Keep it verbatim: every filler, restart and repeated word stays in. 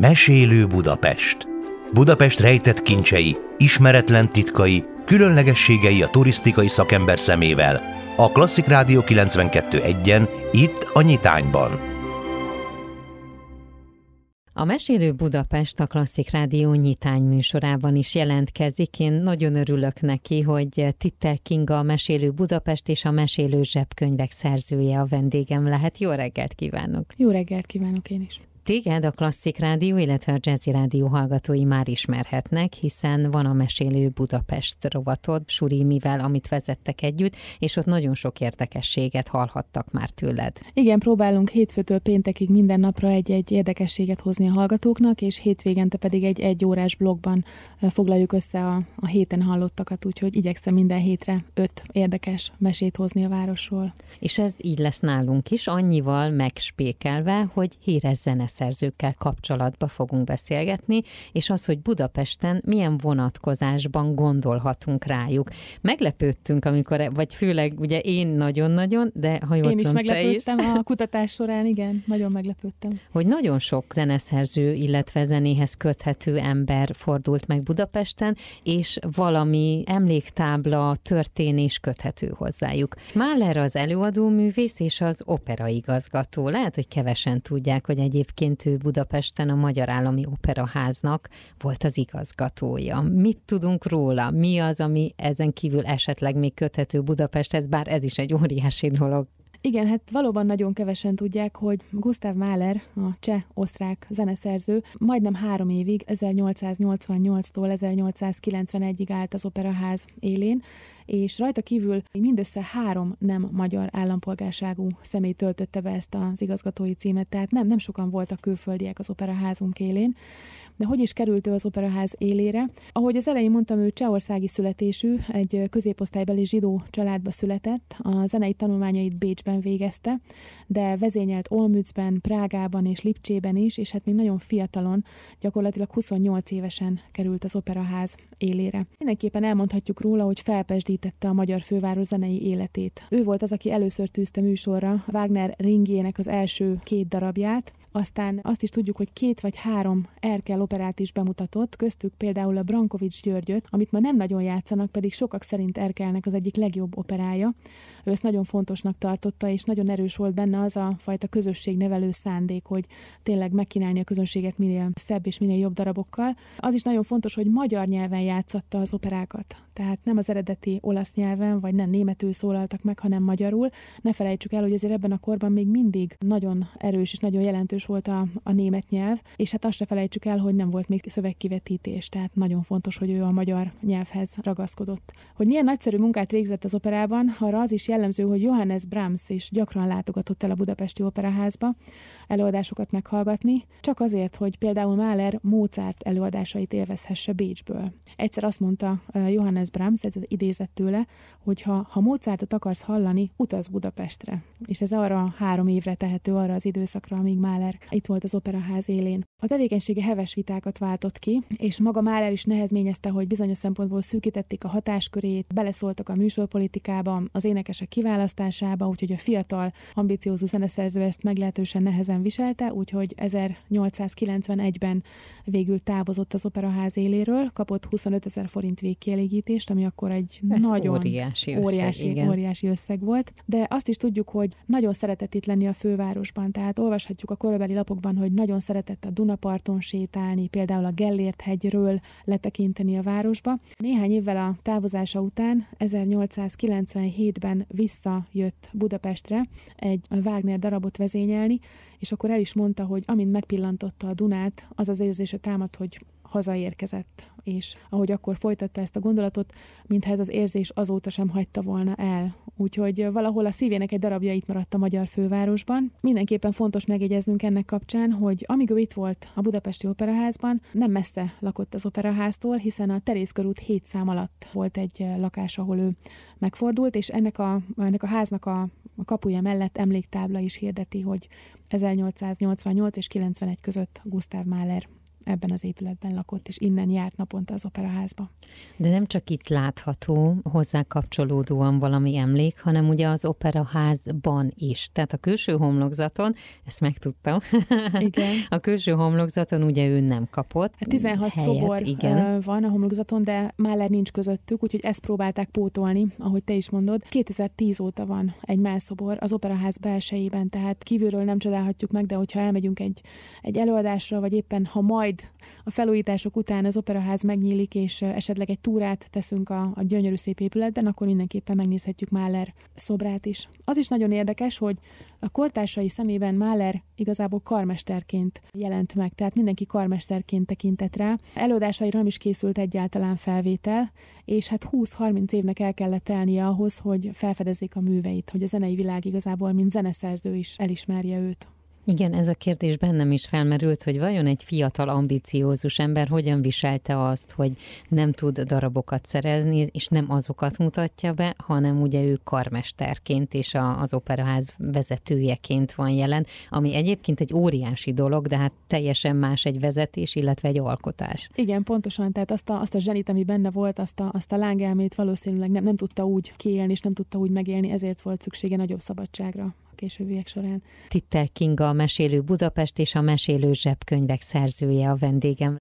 Mesélő Budapest. Budapest rejtett kincsei, ismeretlen titkai, különlegességei a turisztikai szakember szemével. A Klasszik Rádió kilencvenkettő egyen, itt a Nyitányban. A Mesélő Budapest a Klasszik Rádió Nyitány műsorában is jelentkezik. Én nagyon örülök neki, hogy Titter Kinga, a Mesélő Budapest és a Mesélő Zsebkönyvek szerzője a vendégem lehet. Jó reggelt kívánok! Jó reggelt kívánok én is! Téged a Klasszik Rádió, illetve a Jazzy Rádió hallgatói már ismerhetnek, hiszen van a Mesélő Budapest rovatod, Surimivel, amit vezettek együtt, és ott nagyon sok érdekességet hallhattak már tőled. Igen, próbálunk hétfőtől péntekig minden napra egy-egy érdekességet hozni a hallgatóknak, és hétvégente pedig egy egyórás blogban foglaljuk össze a, a héten hallottakat, úgyhogy igyekszem minden hétre öt érdekes mesét hozni a városról. És ez így lesz nálunk is, annyival megspékelve, hogy híres zeneszerzőkkel kapcsolatba fogunk beszélgetni, és az, hogy Budapesten milyen vonatkozásban gondolhatunk rájuk. Meglepődtünk, amikor, vagy főleg ugye én nagyon-nagyon, de ha jól Én is tudom, meglepődtem is, a kutatás során, igen, nagyon meglepődtem. Hogy nagyon sok zeneszerző, illetve zenéhez köthető ember fordult meg Budapesten, és valami emléktábla, történés köthető hozzájuk. Mahler az előadóművész és az operaigazgató. Lehet, hogy kevesen tudják, hogy egyébként ő Budapesten a Magyar Állami Operaháznak volt az igazgatója. Mit tudunk róla? Mi az, ami ezen kívül esetleg még köthető Budapesthez, bár ez is egy óriási dolog? Igen, hát valóban nagyon kevesen tudják, hogy Gustav Mahler, a cseh-osztrák zeneszerző, majdnem három évig, ezernyolcszáznyolcvannyolctól ezernyolcszázkilencvenegyig állt az Operaház élén, és rajta kívül mindössze három nem magyar állampolgárságú személy töltötte be ezt az igazgatói címet, tehát nem, nem sokan voltak külföldiek az Operaházunk élén. De hogy is került ő az Operaház élére? Ahogy az elején mondtam, ő csehországi születésű, egy középosztálybeli zsidó családba született, a zenei tanulmányait Bécsben végezte, de vezényelt Olmützben, Prágában és Lipcsében is, és hát még nagyon fiatalon, gyakorlatilag huszonnyolc évesen került az Operaház élére. Mindenképpen elmondhatjuk róla, hogy felpezsdítette a magyar főváros zenei életét. Ő volt az, aki először tűzte műsorra Wagner ringjének az első két darabját, aztán azt is tudjuk, hogy két vagy három Erkel operát is bemutatott, köztük például a Brankovics Györgyöt, amit ma nem nagyon játszanak, pedig sokak szerint Erkelnek az egyik legjobb operája. Ő ezt nagyon fontosnak tartotta, és nagyon erős volt benne az a fajta közösségnevelő szándék, hogy tényleg megkínálni a közönséget minél szebb és minél jobb darabokkal. Az is nagyon fontos, hogy magyar nyelven játszatta az operákat. Tehát nem az eredeti olasz nyelven, vagy nem németül szólaltak meg, hanem magyarul. Ne felejtsük el, hogy azért ebben a korban még mindig nagyon erős és nagyon jelentős volt a, a német nyelv, és hát azt se felejtsük el, hogy nem volt még szövegkivetítés, tehát nagyon fontos, hogy ő a magyar nyelvhez ragaszkodott. Hogy milyen nagyszerű munkát végzett az operában, arra az is jellemző, hogy Johannes Brahms is gyakran látogatott el a Budapesti Operaházba előadásokat meghallgatni, csak azért, hogy például Mahler Mozart előadásait élvezhesse Bécsből. Egyszer azt mondta Johannes Brahms, ez az idézet tőle, hogy ha, ha Mozartot akarsz hallani, utaz Budapestre. És ez arra három évre tehető, arra az időszakra, amíg Mahler itt volt az Operaház élén. A tevékenysége heves vitákat váltott ki, és maga Mahler is nehezményezte, hogy bizonyos szempontból szűkítették a hatáskörét, beleszóltak a műsorpolitikába, az énekesek kiválasztásába, úgyhogy a fiatal, ambiciózus zeneszerző ezt meglehetősen nehezen viselte, úgyhogy ezernyolcszázkilencvenegyben végül távozott az Operaház éléről, kapott huszonötezer forint végkielégítést, ami akkor egy ez nagyon óriási összeg, óriási, óriási összeg volt. De azt is tudjuk, hogy nagyon szeretett itt lenni a fővárosban, tehát olvashatjuk a korabeli lapokban, hogy nagyon szeretett a Dunaparton sétálni, például a Gellért-hegyről letekinteni a városba. Néhány évvel a távozása után, ezernyolcszázkilencvenhétben visszajött Budapestre egy Wagner darabot vezényelni, és akkor el is mondta, hogy amint megpillantotta a Dunát, az az érzése támad, hogy hazaérkezett. És ahogy akkor folytatta ezt a gondolatot, mintha ez az érzés azóta sem hagyta volna el. Úgyhogy valahol a szívének egy darabja itt maradt a magyar fővárosban. Mindenképpen fontos megjegyeznünk ennek kapcsán, hogy amíg ő itt volt a Budapesti Operaházban, nem messze lakott az Operaháztól, hiszen a Teréz körút hét szám alatt volt egy lakás, ahol ő megfordult, és ennek a, ennek a háznak a, a kapuja mellett emléktábla is hirdeti, hogy ezernyolcszáznyolcvannyolc és kilencvenegy között Gustav Mahler ebben az épületben lakott, és innen járt naponta az operaházba. De nem csak itt látható hozzá kapcsolódóan valami emlék, hanem ugye az operaházban is. Tehát a külső homlokzaton, ezt megtudtam, igen. a külső homlokzaton ugye ő nem kapott tizenhat helyet, szobor igen. van a homlokzaton, de Mahler nincs közöttük, úgyhogy ezt próbálták pótolni, ahogy te is mondod. kétezer-tíz óta van egy mellszobor az operaház belsejében, tehát kívülről nem csodálhatjuk meg, de hogyha elmegyünk egy, egy előadásra, vagy éppen ha majd a felújítások után az operaház megnyílik, és esetleg egy túrát teszünk a, a gyönyörű szép épületben, akkor mindenképpen megnézhetjük Mahler szobrát is. Az is nagyon érdekes, hogy a kortársai szemében Mahler igazából karmesterként jelent meg, tehát mindenki karmesterként tekintett rá. Előadásairól nem is készült egyáltalán felvétel, és hát húsz-harminc évnek el kellett telnie ahhoz, hogy felfedezzék a műveit, hogy a zenei világ igazából, mint zeneszerző is elismerje őt. Igen, ez a kérdés bennem is felmerült, hogy vajon egy fiatal, ambiciózus ember hogyan viselte azt, hogy nem tud darabokat szerezni, és nem azokat mutatja be, hanem ugye ő karmesterként és a, az operaház vezetőjeként van jelen, ami egyébként egy óriási dolog, de hát teljesen más egy vezetés, illetve egy alkotás. Igen, pontosan, tehát azt a, azt a zsenit, ami benne volt, azt a, azt a lángelmét valószínűleg nem, nem tudta úgy kiélni, és nem tudta úgy megélni, ezért volt szüksége nagyobb szabadságra későbbiek során. Titter Kinga, a Mesélő Budapest és a Mesélő Zsebkönyvek szerzője a vendégem.